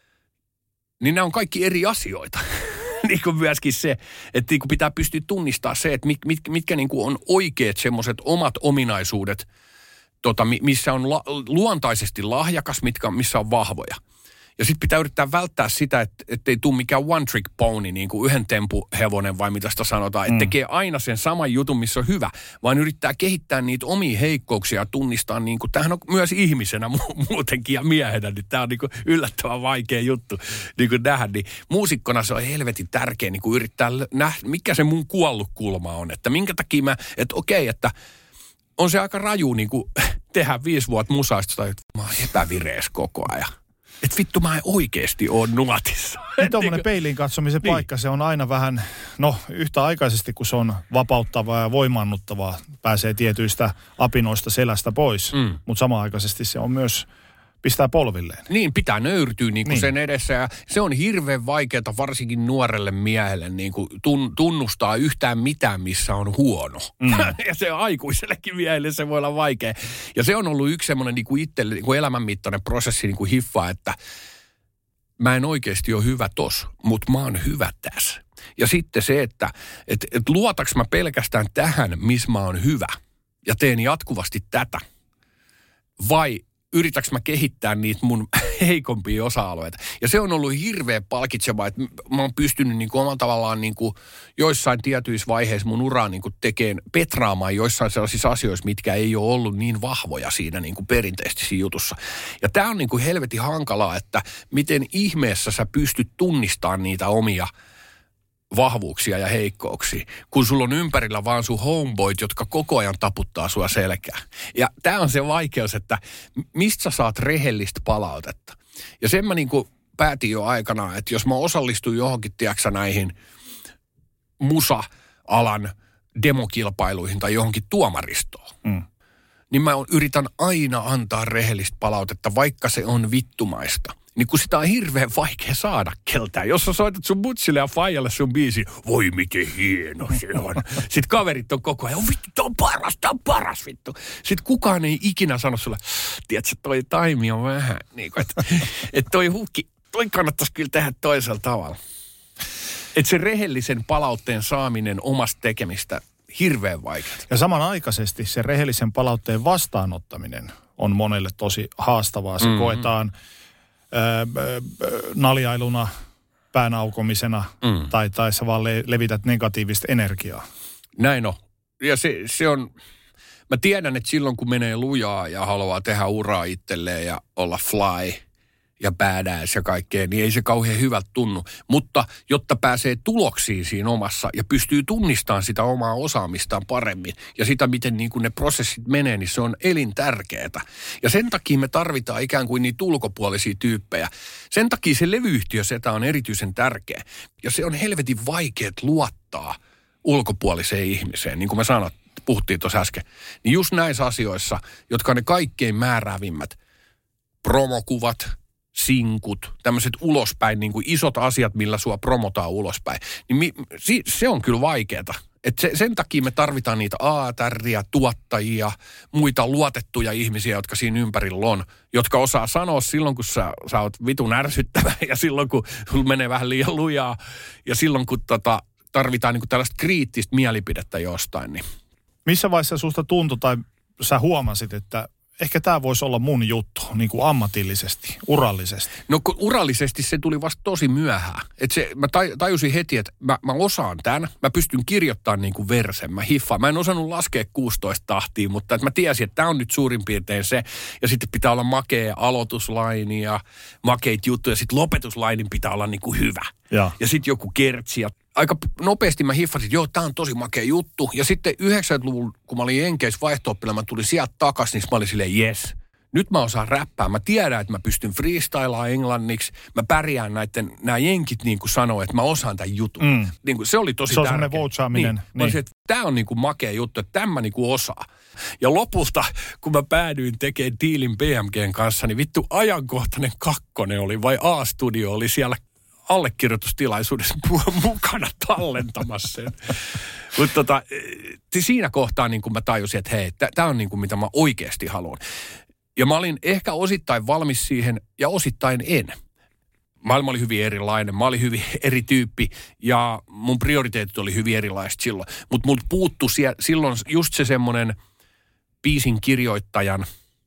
D: niin nämä on kaikki eri asioita. Niin kuin myöskin se, että niin kuin pitää pystyä tunnistamaan se, että mit, mit, mitkä niin kuin on oikeat semmoiset omat ominaisuudet, tota, missä on la, luontaisesti lahjakas, mitkä, missä on vahvoja. Ja sitten pitää yrittää välttää sitä, että ettei tule mikään one trick pony, niin kuin yhden tempuhevonen vai mitä sitä sanotaan. Että mm. tekee aina sen saman jutun, missä on hyvä, vaan yrittää kehittää niitä omia heikkouksia ja tunnistaa, niin kuin, tämähän on myös ihmisenä mu- muutenkin ja miehenä, niin tämä on niin kuin yllättävän vaikea juttu niin kuin nähdä. Niin muusikkona se on helvetin tärkeä niin kuin yrittää nähdä, mikä se mun kuollut kulma on. Että minkä takia mä, että okei, että on se aika raju niin kuin tehdä viisi vuotta musaista tai että mä oon epävirees koko ajan. Että vittu mä en oikeasti ole nuotissa.
C: Niin tuommoinen peiliin katsomisen niin. paikka, se on aina vähän, no yhtä aikaisesti kun se on vapauttavaa ja voimannuttavaa, pääsee tietyistä apinoista selästä pois, mm. mutta samanaikaisesti se on myös pistää polvilleen.
D: Niin, pitää nöyrtyä niin kuin niin. sen edessä ja se on hirveän vaikeaa varsinkin nuorelle miehelle niin kuin tun, tunnustaa yhtään mitään, missä on huono. Mm. Ja se on aikuisellekin miehelle, se voi olla vaikea. Ja se on ollut yksi semmoinen niin kuin itselle niin kuin elämänmittainen prosessi niin kuin hiffaa, että mä en oikeasti ole hyvä tossa, mutta mä oon hyvä tässä. Ja sitten se, että et, et luotaks mä pelkästään tähän, missä mä oon hyvä ja teen jatkuvasti tätä vai yritäks mä kehittää niitä mun heikompia osa-alueita. Ja se on ollut hirveän palkitsevaa, että mä oon pystynyt niin kuin omalla tavallaan niin kuin joissain tietyissä vaiheissa mun uraa niin kuin tekemään, petraamaan joissain sellaisissa asioissa, mitkä ei ole ollut niin vahvoja siinä niin kuin perinteisesti siinä jutussa. Ja tää on niin kuin helvetin hankalaa, että miten ihmeessä sä pystyt tunnistamaan niitä omia vahvuuksia ja heikkouksia, kun sulla on ympärillä vaan sun homeboyt, jotka koko ajan taputtaa sua selkää. Ja tää on se vaikeus, että mistä sä saat rehellistä palautetta. Ja sen mä niinku päätin jo aikanaan, että jos mä osallistun johonkin, tiedätkö näihin musa-alan demokilpailuihin tai johonkin tuomaristoon, mm. niin mä yritän aina antaa rehellistä palautetta, vaikka se on vittumaista. Niin kun sitä on hirveän vaikea saada keltään. Jos sä soitat sun mutsille ja faijalle sun biisi, voi miten hieno se on. Sitten kaverit on koko ajan, vittu, tää on paras, tää on paras vittu. Sitten kukaan ei ikinä sano sulle, tiedätkö, toi taimi on vähän, niin kuin, että et toi hukki, toi kannattaisi kyllä tehdä toisella tavalla. Että se rehellisen palautteen saaminen omasta tekemistä, hirveän vaikeaa. Ja
C: samanaikaisesti se rehellisen palautteen vastaanottaminen on monelle tosi haastavaa. Se mm-hmm. koetaan Öö, naljailuna, päänaukomisena mm. tai, tai sä vaan le, levität negatiivista energiaa.
D: Näin on. Ja se, se on, mä tiedän, että silloin kun menee lujaa ja haluaa tehdä uraa itselleen ja olla fly ja badass ja kaikkea, niin ei se kauhean hyvältä tunnu. Mutta jotta pääsee tuloksiin siinä omassa ja pystyy tunnistamaan sitä omaa osaamistaan paremmin ja sitä, miten niin kuin ne prosessit menee, niin se on elintärkeää. Ja sen takia me tarvitaan ikään kuin niitä ulkopuolisia tyyppejä. Sen takia se levyyhtiösetä on erityisen tärkeä. Ja se on helvetin vaikeat luottaa ulkopuoliseen ihmiseen, niin kuin me sanot, puhuttiin tuossa äsken. Niin just näissä asioissa, jotka on ne kaikkein määräävimmät, promokuvat, sinkut, tämmöiset ulospäin, niin kuin isot asiat, millä sua promotaan ulospäin. Niin mi, si, se on kyllä vaikeeta. Et se, sen takia me tarvitaan niitä aatäriä, tuottajia, muita luotettuja ihmisiä, jotka siinä ympärillä on, jotka osaa sanoa silloin, kun sä, sä oot vitun ärsyttävä ja silloin, kun sulla menee vähän liian lujaa ja silloin, kun tota, tarvitaan niin kuin tällaista kriittistä mielipidettä jostain. Niin.
C: Missä vaiheessa susta tuntui tai sä huomasit, että ehkä tämä voisi olla mun juttu, niin kuin ammatillisesti, urallisesti?
D: No urallisesti se tuli vasta tosi myöhään. Et se, mä tajusin heti, että mä, mä osaan tämän. Mä pystyn kirjoittamaan niin kuin versen. Mä hiffaan. Mä en osannut laskea kuusitoista tahtia, mutta että mä tiesin, että tämä on nyt suurin piirtein se. Ja sitten pitää olla makea aloituslaini ja makeit juttuja. Sitten lopetuslainin pitää olla niin kuin hyvä. Ja, ja sitten joku kertsi. Aika nopeasti mä hiffasin, että joo, tää on tosi makea juttu. Ja sitten yhdeksänkymmentäluvulla, kun mä olin Jenkeissä vaihto-oppilla, mä tulin sieltä takas, niin mä olin silleen, jes, nyt mä osaan räppää. Mä tiedän, että mä pystyn freestylaan englanniksi. Mä pärjään näiden, nämä jenkit niin kuin sanoo, että mä osaan tämän jutun. Mm. Niin kuin, se oli tosi tärkeä.
C: Se on semmoinen voutsaaminen.
D: Niin. Niin. Olisin, että tää on niin kuin makea juttu, että tämän mä niin kuin osaan. Ja lopulta, kun mä päädyin tekemään diilin B M G:n kanssa, niin vittu ajankohtainen kakkonen oli, vai A-studio oli siellä allekirjoitustilaisuudessa mukana tallentamassa sen. Mutta tota, siinä kohtaa niin kun mä tajusin, että hei, tämä on niin kuin mitä mä oikeasti haluan. Ja mä olin ehkä osittain valmis siihen ja osittain en. Maailma oli hyvin erilainen, mä olin hyvin eri tyyppi ja mun prioriteetit oli hyvin erilaiset silloin. Mutta multa puuttui sie- silloin just se semmoinen biisin kirjoittajan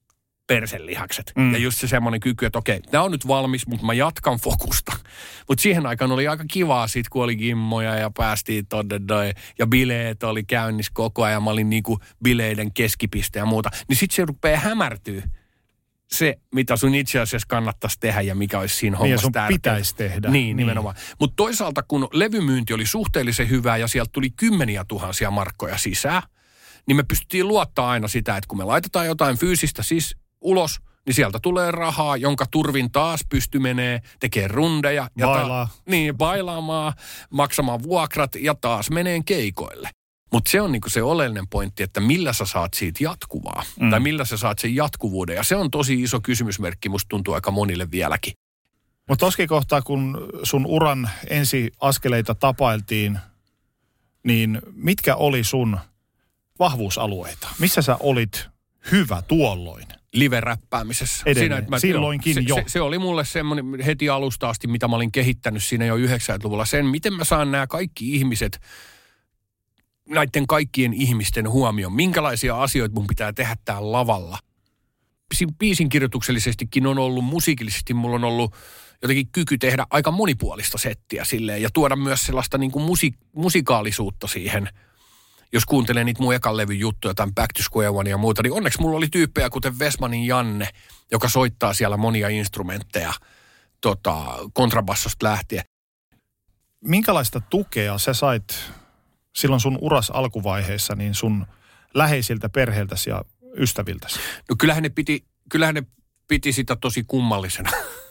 D: perselihakset. Mm. Ja just se semmoinen kyky, että okei, tämä on nyt valmis, mutta mä jatkan fokusta. Mutta siihen aikaan oli aika kivaa sit, kun oli gimmoja ja päästiin tonne noin. Ja bileet oli käynnissä koko ajan. Mä olin niinku bileiden keskipiste ja muuta. Niin sit se rupeaa hämärtyä se, mitä sun itse asiassa kannattaisi tehdä ja mikä olisi siinä hommassa
C: niin,
D: tärkeää.
C: Niin, pitäisi tehdä.
D: Niin,
C: niin.
D: nimenomaan. Mutta toisaalta, kun levymyynti oli suhteellisen hyvää ja sieltä tuli kymmeniä tuhansia markkoja sisään, niin me pystyttiin luottaa aina sitä, että kun me laitetaan jotain fyysistä siis ulos, niin sieltä tulee rahaa, jonka turvin taas pysty menee, tekee rundeja. Ja
C: Bailaa.
D: Ta- niin, bailaamaan, maksamaan vuokrat ja taas menee keikoille. Mutta se on niinku se oleellinen pointti, että millä sä saat siitä jatkuvaa. Mm. Tai millä sä saat sen jatkuvuuden. Ja se on tosi iso kysymysmerkki, musta tuntuu aika monille vieläkin.
C: Mutta toskin kohtaa, kun sun uran ensi askeleita tapailtiin, niin mitkä oli sun vahvuusalueita? Missä sä olit hyvä tuolloin?
D: Live-räppäämisessä.
C: Siinä, mä, Silloinkin
D: se,
C: jo.
D: Se, se oli mulle semmoinen heti alusta asti, mitä mä olin kehittänyt siinä jo yhdeksänkymmentäluvulla. Sen, miten mä saan nämä kaikki ihmiset, näiden kaikkien ihmisten huomioon. Minkälaisia asioita mun pitää tehdä täällä lavalla. Biisin kirjoituksellisestikin on ollut, musiikillisesti mulla on ollut jotenkin kyky tehdä aika monipuolista settiä silleen. Ja tuoda myös sellaista niin kuin musi, musikaalisuutta siihen. Jos kuuntelee niitä mun ekan levyn juttuja, tämän Back to Square One ja muuta, niin onneksi mulla oli tyyppejä kuten Vesmanin Janne, joka soittaa siellä monia instrumentteja tota, kontrabassosta lähtien.
C: Minkälaista tukea sä sait silloin sun uras alkuvaiheessa niin sun läheisiltä perheiltäsi ja ystäviltäsi?
D: No kyllähän ne piti, kyllähän ne piti sitä tosi kummallisena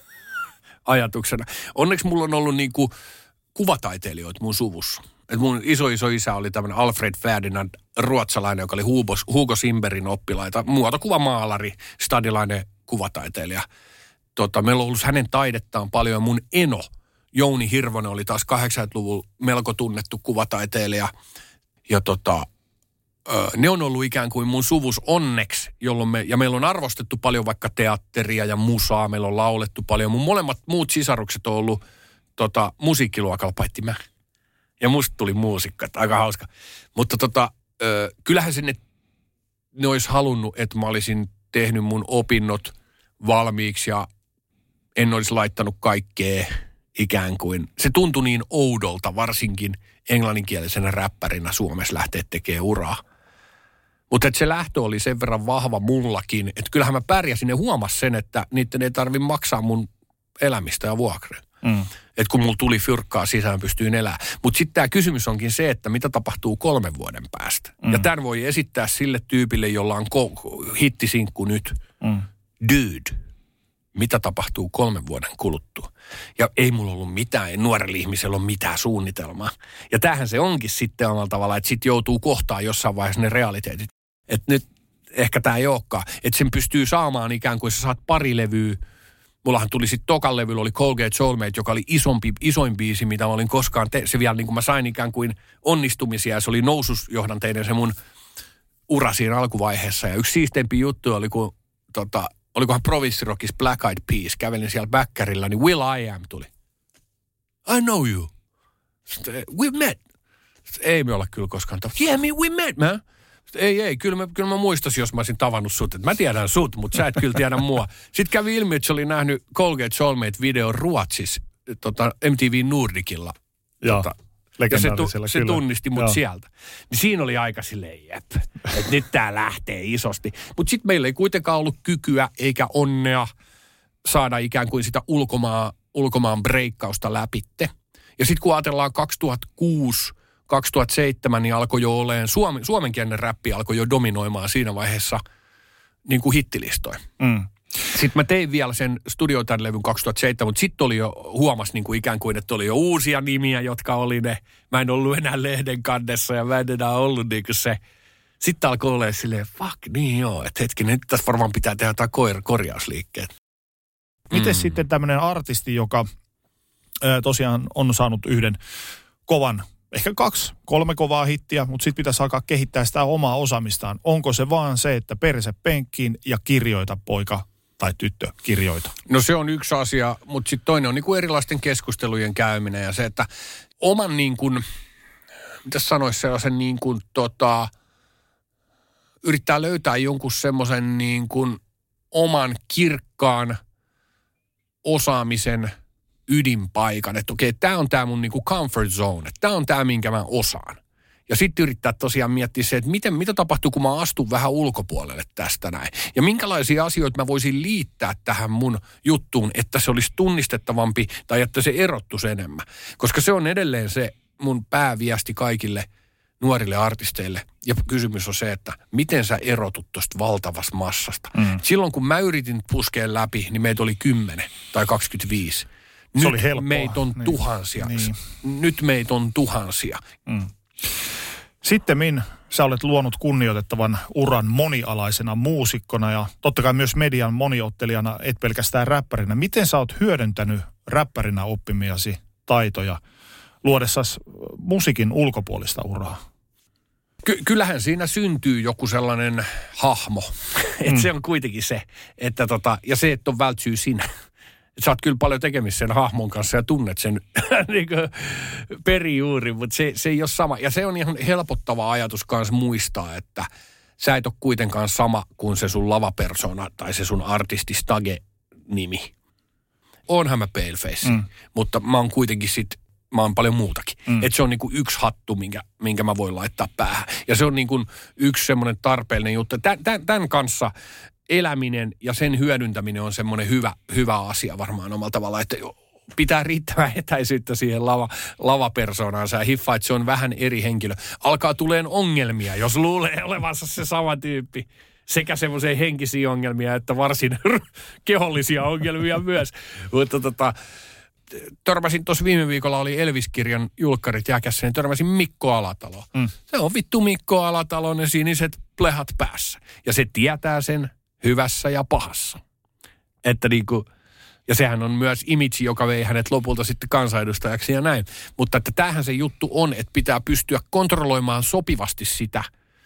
D: ajatuksena. Onneksi mulla on ollut niinku kuvataiteilijoita mun suvussa. Et mun iso iso isä oli tämmöinen Alfred Ferdinand, ruotsalainen, joka oli Hugo, Hugo Simberin oppilaita, muotokuvamaalari, stadilainen kuvataiteilija. Tota, meillä on ollut hänen taidettaan paljon ja mun eno, Jouni Hirvonen, oli taas kahdeksankymmentäluvulla melko tunnettu kuvataiteilija. Ja tota, ne on ollut ikään kuin mun suvus onneksi, jolloin me, ja meillä on arvostettu paljon vaikka teatteria ja musaa, meillä on laulettu paljon. Mun molemmat muut sisarukset on ollut tota, musiikkiluokalla, paitsi mä. Ja musta tuli muusikko, että aika hauska. Mutta tota, ö, kyllähän sinne ne olisi halunnut, että mä olisin tehnyt mun opinnot valmiiksi ja en olisi laittanut kaikkea ikään kuin. Se tuntui niin oudolta, varsinkin englanninkielisenä räppärinä Suomessa lähteä tekemään uraa. Mutta se lähtö oli sen verran vahva mullakin, että kyllähän mä pärjäsin ja huomasin sen, että niiden ei tarvitse maksaa mun elämistä ja vuokria. Mm. Että kun mulla tuli fyrkkaa sisään, pystyin elämään. Mutta sitten tämä kysymys onkin se, että mitä tapahtuu kolmen vuoden päästä. Mm. Ja tämän voi esittää sille tyypille, jolla on ko- hittisinkku nyt. Mm. Dude, mitä tapahtuu kolmen vuoden kuluttua? Ja ei mulla ollut mitään, nuorella ihmisellä ole mitään suunnitelmaa. Ja tämähän se onkin sitten omalla tavalla, että sitten joutuu kohtaan jossain vaiheessa ne realiteetit. Että nyt ehkä tämä ei olekaan. Että sen pystyy saamaan ikään kuin sä saat pari levyä. Mullahan tuli sitten tokan levyllä, oli Colgate Soulmate, joka oli isompi, isoin biisi, mitä mä olin koskaan te- se vielä niin kuin mä sain ikään kuin onnistumisia. Se oli noususjohdanteinen se mun ura siinä alkuvaiheessa. Ja yksi siisteimpi juttu oli, kun tota, olikohan Province Rockissa Black Eyed Peas, kävelin siellä bäkkärillä, niin Will I Am tuli. I know you. Sitten, we met. Sitten, ei me olla kyllä koskaan tavannut. Yeah, me, we met, man. Sitten, ei, ei, kyllä mä, kyllä mä muistasin, jos mä olisin tavannut sut. Et mä tiedän sut, mutta sä et kyllä tiedä mua. Sitten kävi ilmi, että se oli nähnyt Colgate Soulmate-videon Ruotsissa tota, M T V Nordicilla.
C: Joo,
D: tota, ja se, tu, se
C: kyllä.
D: tunnisti mut Joo. sieltä. Niin siinä oli aika silleen, jep, että nyt tää lähtee isosti. Mutta sitten meillä ei kuitenkaan ollut kykyä eikä onnea saada ikään kuin sitä ulkomaan, ulkomaan breikkausta läpitte. Ja sitten kun ajatellaan kaksituhattakuusi kaksituhattaseitsemän, niin alkoi jo olemaan, Suomen, suomenkielinen räppi alkoi jo dominoimaan siinä vaiheessa niin kuin hittilistoja. Mm. Sitten mä tein vielä sen Studiotan levyn kaksituhattaseitsemän, mutta sitten oli jo, huomas niin kuin ikään kuin, että oli jo uusia nimiä, jotka oli ne. Mä en ollut enää lehden kannessa ja mä en enää ollut niin kuin se. Sitten alkoi olemaan silleen, fuck, niin joo, että hetkinen, nyt tässä varmaan pitää tehdä jotain kor- korjausliikkeet.
C: Miten
D: mm.
C: sitten tämmöinen artisti, joka ää, tosiaan on saanut yhden kovan, ehkä kaksi, kolme kovaa hittiä, mutta sitten pitäisi alkaa kehittää sitä omaa osaamistaan. Onko se vaan se, että perse penkkiin ja kirjoita poika tai tyttö kirjoita?
D: No se on yksi asia, mutta sitten toinen on niinku erilaisten keskustelujen käyminen ja se, että oman niin kuin, mitäs sanoisi sellaisen niin kuin tota, yrittää löytää jonkun semmoisen niin kuin oman kirkkaan osaamisen ydinpaikan, että okei, tämä on tämä mun niinku comfort zone, tämä on tämä, minkä mä osaan. Ja sitten yrittää tosiaan miettiä se, että miten, mitä tapahtuu, kun mä astun vähän ulkopuolelle tästä näin. Ja minkälaisia asioita mä voisin liittää tähän mun juttuun, että se olisi tunnistettavampi tai että se erottuisi enemmän. Koska se on edelleen se mun pääviesti kaikille nuorille artisteille. Ja kysymys on se, että miten sä erotut tuosta valtavasta massasta. Mm. Silloin kun mä yritin puskea läpi, niin meitä oli kymmenen tai kaksikymmentäviisi. Nyt
C: se oli helppoa.
D: Meitä on niin. tuhansia. Niin. Nyt meitä on tuhansia.
C: Mm. Sittemmin sä olet luonut kunnioitettavan uran monialaisena muusikkona ja totta kai myös median moniottelijana, et pelkästään räppärinä. Miten sä oot hyödyntänyt räppärinä oppimiasi taitoja luodessasi musiikin ulkopuolista uraa?
D: Ky- kyllähän siinä syntyy joku sellainen hahmo. Että mm. se on kuitenkin se, että tota, ja se, että on vältsyy sinä. Sä oot kyllä paljon tekemistä sen hahmon kanssa ja tunnet sen niin kuin perijuuri, mutta se, se ei ole sama. Ja se on ihan helpottava ajatus kanssa muistaa, että sä et ole kuitenkaan sama kuin se sun lavapersona tai se sun artististage-nimi. Oonhan mä paleface, mm. mutta mä oon kuitenkin sit, mä oon paljon muutakin. Mm. Että se on niinku yksi hattu, minkä, minkä mä voin laittaa päähän. Ja se on niinku yksi semmoinen tarpeellinen juttu. Tän, tän, tämän kanssa eläminen ja sen hyödyntäminen on semmoinen hyvä, hyvä asia varmaan omalla tavalla, että pitää riittävää etäisyyttä siihen lava, lavapersoonansa ja hiffaa, että se on vähän eri henkilö. Alkaa tuleen ongelmia, jos luulee olevansa se sama tyyppi. Sekä semmoisia henkisiä ongelmia, että varsin kehollisia ongelmia myös. Mutta tota, törmäsin tuossa viime viikolla, oli Elvis-kirjan julkkarit jääkässä, niin törmäsin Mikko Alatalo. Mm. Se on vittu Mikko Alatalo, ne siniset plehat päässä. Ja se tietää sen hyvässä ja pahassa. Että niinku, ja sehän on myös image, joka vei hänet lopulta sitten kansanedustajaksi ja näin. Mutta että tämähän se juttu on, että pitää pystyä kontrolloimaan sopivasti sitä,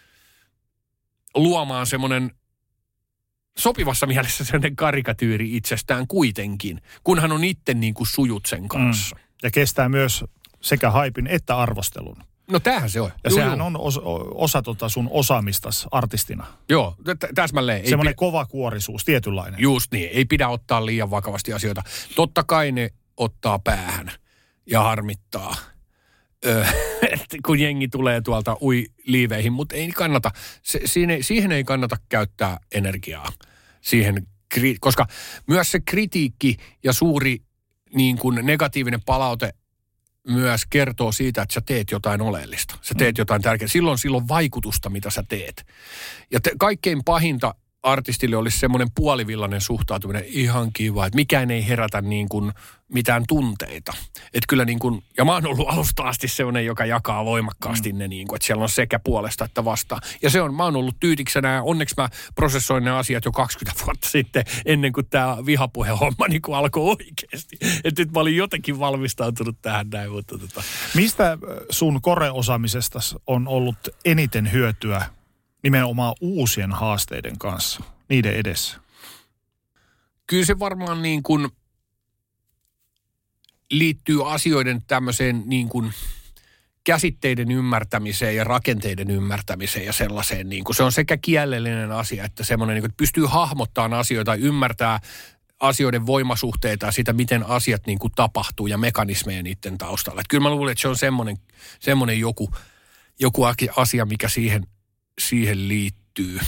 D: luomaan semmoinen sopivassa mielessä sellainen karikatyyri itsestään kuitenkin, kunhan on itse niin kuin sujut sen kanssa. Mm.
C: Ja kestää myös sekä haipin että arvostelun.
D: No tämähän se on.
C: Ja Juu, sehän on osa, osa tota sun osaamistas artistina.
D: Joo, t- täsmälleen.
C: Semmoinen pidä... kovakuorisuus, tietynlainen.
D: Just niin, ei pidä ottaa liian vakavasti asioita. Totta kai ne ottaa päähän ja harmittaa, öö, kun jengi tulee tuolta ui liiveihin, mutta ei kannata, se, siihen, siihen ei kannata käyttää energiaa. Siihen, koska myös se kritiikki ja suuri niin kuin negatiivinen palaute myös kertoo siitä, että sä teet jotain oleellista. Sä teet jotain tärkeää. Silloin silloin vaikutusta, mitä sä teet. Ja te, kaikkein pahinta artistille olisi semmoinen puolivillainen suhtautuminen, ihan kiva, että mikään ei herätä niin kuin mitään tunteita. Että kyllä niin kuin, ja mä oon ollut alusta asti semmoinen, joka jakaa voimakkaasti mm. ne niin kuin, että siellä on sekä puolesta että vastaan. Ja se on, mä oon ollut tyytiksenä ja onneksi mä prosessoin ne asiat jo kaksikymmentä vuotta sitten, ennen kuin tämä vihapuhehomma niin kuin alkoi oikeasti. Että nyt mä olin jotenkin valmistautunut tähän näin, mutta tota.
C: Mistä sun koreosaamisesta on ollut eniten hyötyä nimenomaan uusien haasteiden kanssa, niiden edessä?
D: Kyllä se varmaan niin kuin liittyy asioiden tämmöiseen niin kuin käsitteiden ymmärtämiseen ja rakenteiden ymmärtämiseen ja sellaiseen. Niin kuin se on sekä kielellinen asia, että semmoinen, niin kuin, että pystyy hahmottamaan asioita ja ymmärtää asioiden voimasuhteita ja sitä, miten asiat niin kuin tapahtuu ja mekanismeja niiden taustalla. Että kyllä mä luulen, että se on semmoinen, semmoinen joku, joku asia, mikä siihen siihen liittyy.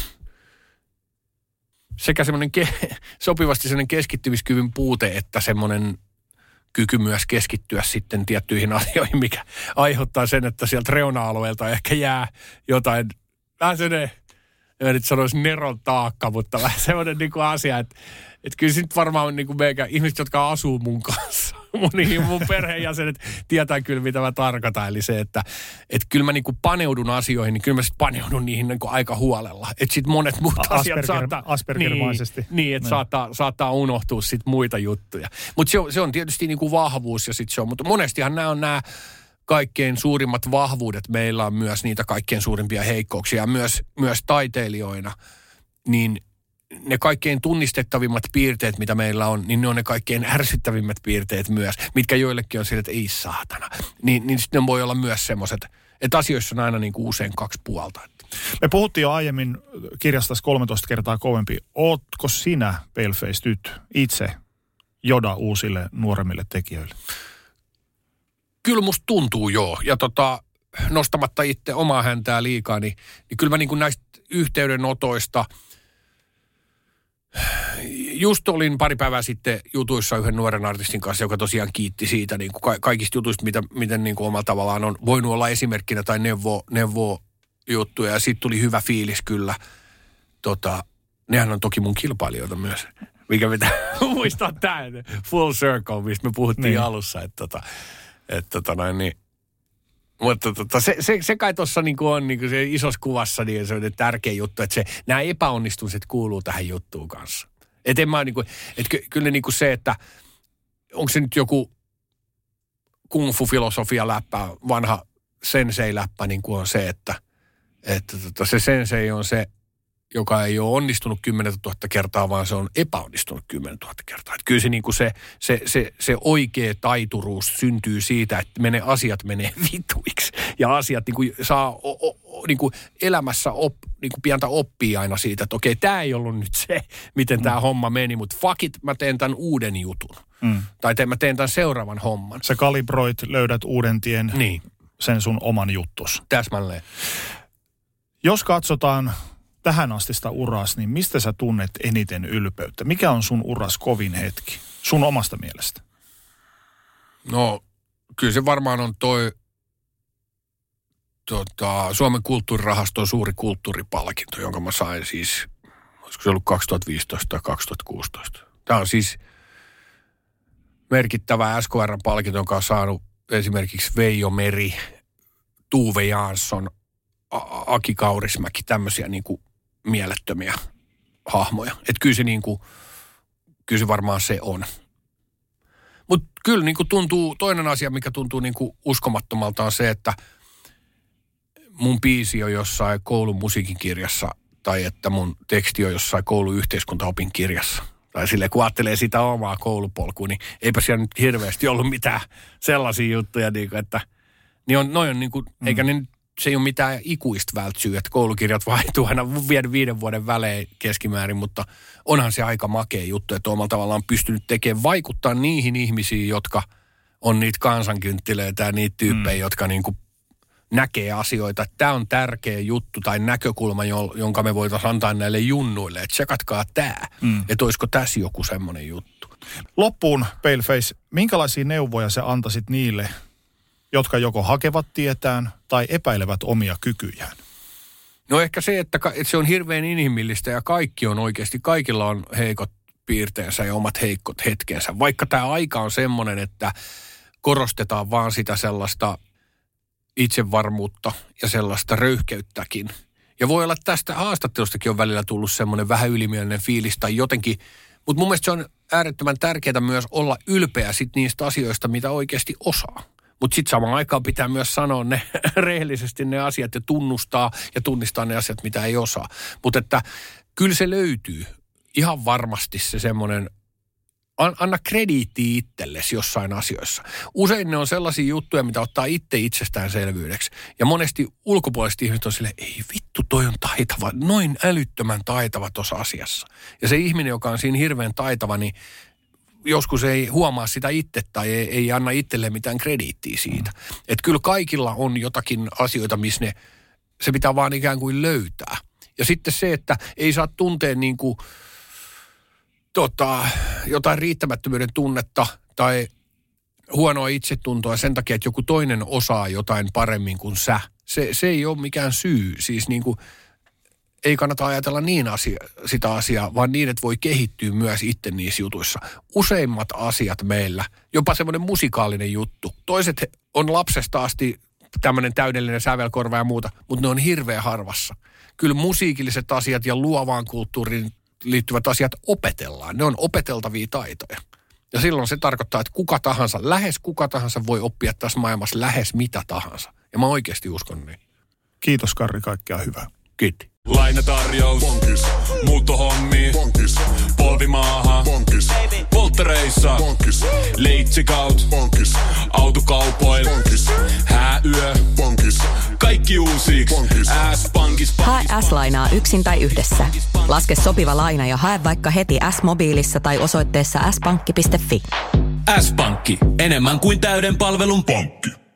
D: Sekä semmoinen ke- sopivasti semmoinen keskittymiskyvyn puute, että semmoinen kyky myös keskittyä sitten tiettyihin asioihin, mikä aiheuttaa sen, että sieltä reuna-alueelta ehkä jää jotain, vähän semmoinen, en nyt sanoisi neron taakka, mutta vähän semmoinen niin kuin asia, että, että kyllä sitten varmaan niin kuin meikä, ihmiset, jotka asuu mun kanssa, mun, niin mun perheenjäsenet tietää kyllä, mitä mä tarkoitan. Eli se, että, että kyllä mä niin kuin paneudun asioihin, niin kyllä mä sitten paneudun niihin niin kuin aika huolella. Että sitten monet muut Asperger, asiat saattaa...
C: Aspergermaisesti.
D: Niin, niin että saattaa, saattaa unohtua sitten muita juttuja. Mutta se, se on tietysti niin kuin vahvuus ja sitten se on, mutta monestihan nämä on nämä kaikkein suurimmat vahvuudet. Meillä on myös niitä kaikkein suurimpia heikkouksia. Myös, myös taiteilijoina, niin ne kaikkein tunnistettavimmat piirteet, mitä meillä on, niin ne on ne kaikkein ärsyttävimmät piirteet myös, mitkä joillekin on sille, että ei saatana. Niin, niin sitten ne voi olla myös semmoiset, että asioissa on aina niin kuin usein kaksi puolta. Että
C: Me puhuttiin jo aiemmin kirjastasi kolmetoista kertaa kovempi. Ootko sinä, Paleface, nyt itse joda uusille nuoremmille tekijöille?
D: Kyllä musta tuntuu joo. Ja tota, nostamatta itse omaa häntää liikaa, niin, niin kyllä mä niin kuin näistä yhteydenotoista, just olin pari päivää sitten jutuissa yhden nuoren artistin kanssa, joka tosiaan kiitti siitä niin kuin ka- kaikista jutuista, mitä, miten niin kuin omalla tavallaan on voinut olla esimerkkinä tai neuvo, neuvo juttuja. Ja siitä tuli hyvä fiilis kyllä. Tota, nehän on toki mun kilpailijoita myös. Mikä pitää muistaa tämän full circle, mistä me puhuttiin niin alussa. Että tota, et tota noin niin. Mutta tota, se, se, se kai tuossa niinku on niinku se isossa kuvassa niin se on tärkeä juttu, että se, nämä epäonnistumiset kuuluu tähän juttuun kanssa. Että en mä niinku, että ky, kyllä niinku se, että onko se nyt joku kung fu filosofia läppä, vanha sensei läppä niin kuin on se, että, että tota, se sensei on se, joka ei ole onnistunut kymmentä tuhatta kertaa, vaan se on epäonnistunut kymmentä tuhatta kertaa. Että kyllä se, niin kuin se, se, se, se oikea taituruus syntyy siitä, että menee, asiat menee vituiksi. Ja asiat niin kuin saa o, o, niin kuin elämässä op, niin kuin pientä oppia aina siitä, että okei, tämä ei ollut nyt se, miten mm. tämä homma meni, mutta fuck it, mä teen tämän uuden jutun. Mm. Tai teen, mä teen tämän seuraavan homman.
C: Sä kalibroit, löydät uuden tien,
D: niin.
C: Sen sun oman juttus.
D: Täsmälleen.
C: Jos katsotaan tähän astista uras, niin mistä sä tunnet eniten ylpeyttä? Mikä on sun uras kovin hetki? Sun omasta mielestä?
D: No, kyllä se varmaan on toi tota, Suomen kulttuurirahaston suuri kulttuuripalkinto, jonka mä sain siis, olisiko se ollut kaksituhattaviisitoista tai kaksituhattakuusitoista. Tämä on siis merkittävä S K R-palkinto, jonka on saanut esimerkiksi Veijo Meri, Tuve Jansson, A- Aki Kaurismäki, tämmöisiä niin kuin mielettömiä hahmoja. Että kyllä se niin kuin, kyllä se varmaan se on. Mutta kyllä niin kuin tuntuu, toinen asia, mikä tuntuu niin kuin uskomattomalta on se, että mun biisi on jossain koulun musiikinkirjassa tai että mun teksti on jossain koulun yhteiskuntaopin kirjassa. Tai silleen, kun ajattelee sitä omaa koulupolkua, niin eipä siellä nyt hirveästi ollut mitään sellaisia juttuja, niin kuin, että niin on, noi on niin kuin, mm. eikä ne se ei ole mitään ikuista vältsyä, että koulukirjat vaihtuu aina viiden, viiden vuoden välein keskimäärin, mutta onhan se aika makea juttu, että omalla tavallaan pystynyt tekemään, vaikuttaa niihin ihmisiin, jotka on niitä kansankynttilöitä ja niitä tyyppejä, mm. jotka niin kuin näkee asioita. Tämä on tärkeä juttu tai näkökulma, jonka me voitaisiin antaa näille junnuille, että tsekatkaa tämä, mm. että olisiko tässä joku semmoinen juttu.
C: Loppuun, Paleface, minkälaisia neuvoja sä antaisit niille, jotka joko hakevat tietään tai epäilevät omia kykyjään?
D: No ehkä se, että, että se on hirveän inhimillistä ja kaikki on oikeasti, kaikilla on heikot piirteensä ja omat heikkot hetkensä. Vaikka tämä aika on semmoinen, että korostetaan vaan sitä sellaista itsevarmuutta ja sellaista röyhkeyttäkin. Ja voi olla, että tästä haastattelustakin on välillä tullut semmoinen vähän ylimielinen fiilis tai jotenkin, mutta mun mielestä se on äärettömän tärkeää myös olla ylpeä sit niistä asioista, mitä oikeasti osaa. Mutta sitten samaan aikaan pitää myös sanoa ne rehellisesti ne asiat ja tunnustaa ja tunnistaa ne asiat, mitä ei osaa. Mutta että kyllä se löytyy ihan varmasti se semmoinen, an, anna krediittiä itsellesi jossain asioissa. Usein ne on sellaisia juttuja, mitä ottaa itse itsestäänselvyydeksi. Ja monesti ulkopuoliset ihmiset on silleen, ei vittu, toi on taitava, noin älyttömän taitava tuossa asiassa. Ja se ihminen, joka on siinä hirveän taitava, niin joskus ei huomaa sitä itse tai ei, ei anna itselleen mitään krediittiä siitä. Mm. Että kyllä kaikilla on jotakin asioita, missä ne, se pitää vaan ikään kuin löytää. Ja sitten se, että ei saa tuntea niin kuin, tota, jotain riittämättömyyden tunnetta tai huonoa itsetuntoa sen takia, että joku toinen osaa jotain paremmin kuin sä. Se, se ei ole mikään syy. Siis niin kuin, ei kannata ajatella niin asia, sitä asiaa, vaan niin, että voi kehittyä myös itse niissä jutuissa. Useimmat asiat meillä, jopa semmoinen musikaalinen juttu. Toiset on lapsesta asti tämmöinen täydellinen sävelkorva ja muuta, mutta ne on hirveän harvassa. Kyllä musiikilliset asiat ja luovaan kulttuuriin liittyvät asiat opetellaan. Ne on opeteltavia taitoja. Ja silloin se tarkoittaa, että kuka tahansa, lähes kuka tahansa voi oppia tässä maailmassa lähes mitä tahansa. Ja mä oikeasti uskon niin.
C: Kiitos Karri, kaikkea hyvää.
D: Kiitos.
A: Lainatarjous. Bonkis. Muuttohommi. Bonkis. Polvimaaha. Bonkis. Polttereissa. Bonkis. Leitsikaut. Bonkis. Autokaupoil. Bonkis. Hääyö. Bonkis. Kaikki uusiiksi. S-pankis.
B: S-lainaa yksin tai yhdessä. Laske sopiva laina ja hae vaikka heti S-mobiilissa tai osoitteessa s pankki piste fi.
A: S-pankki, enemmän kuin täyden palvelun pankki.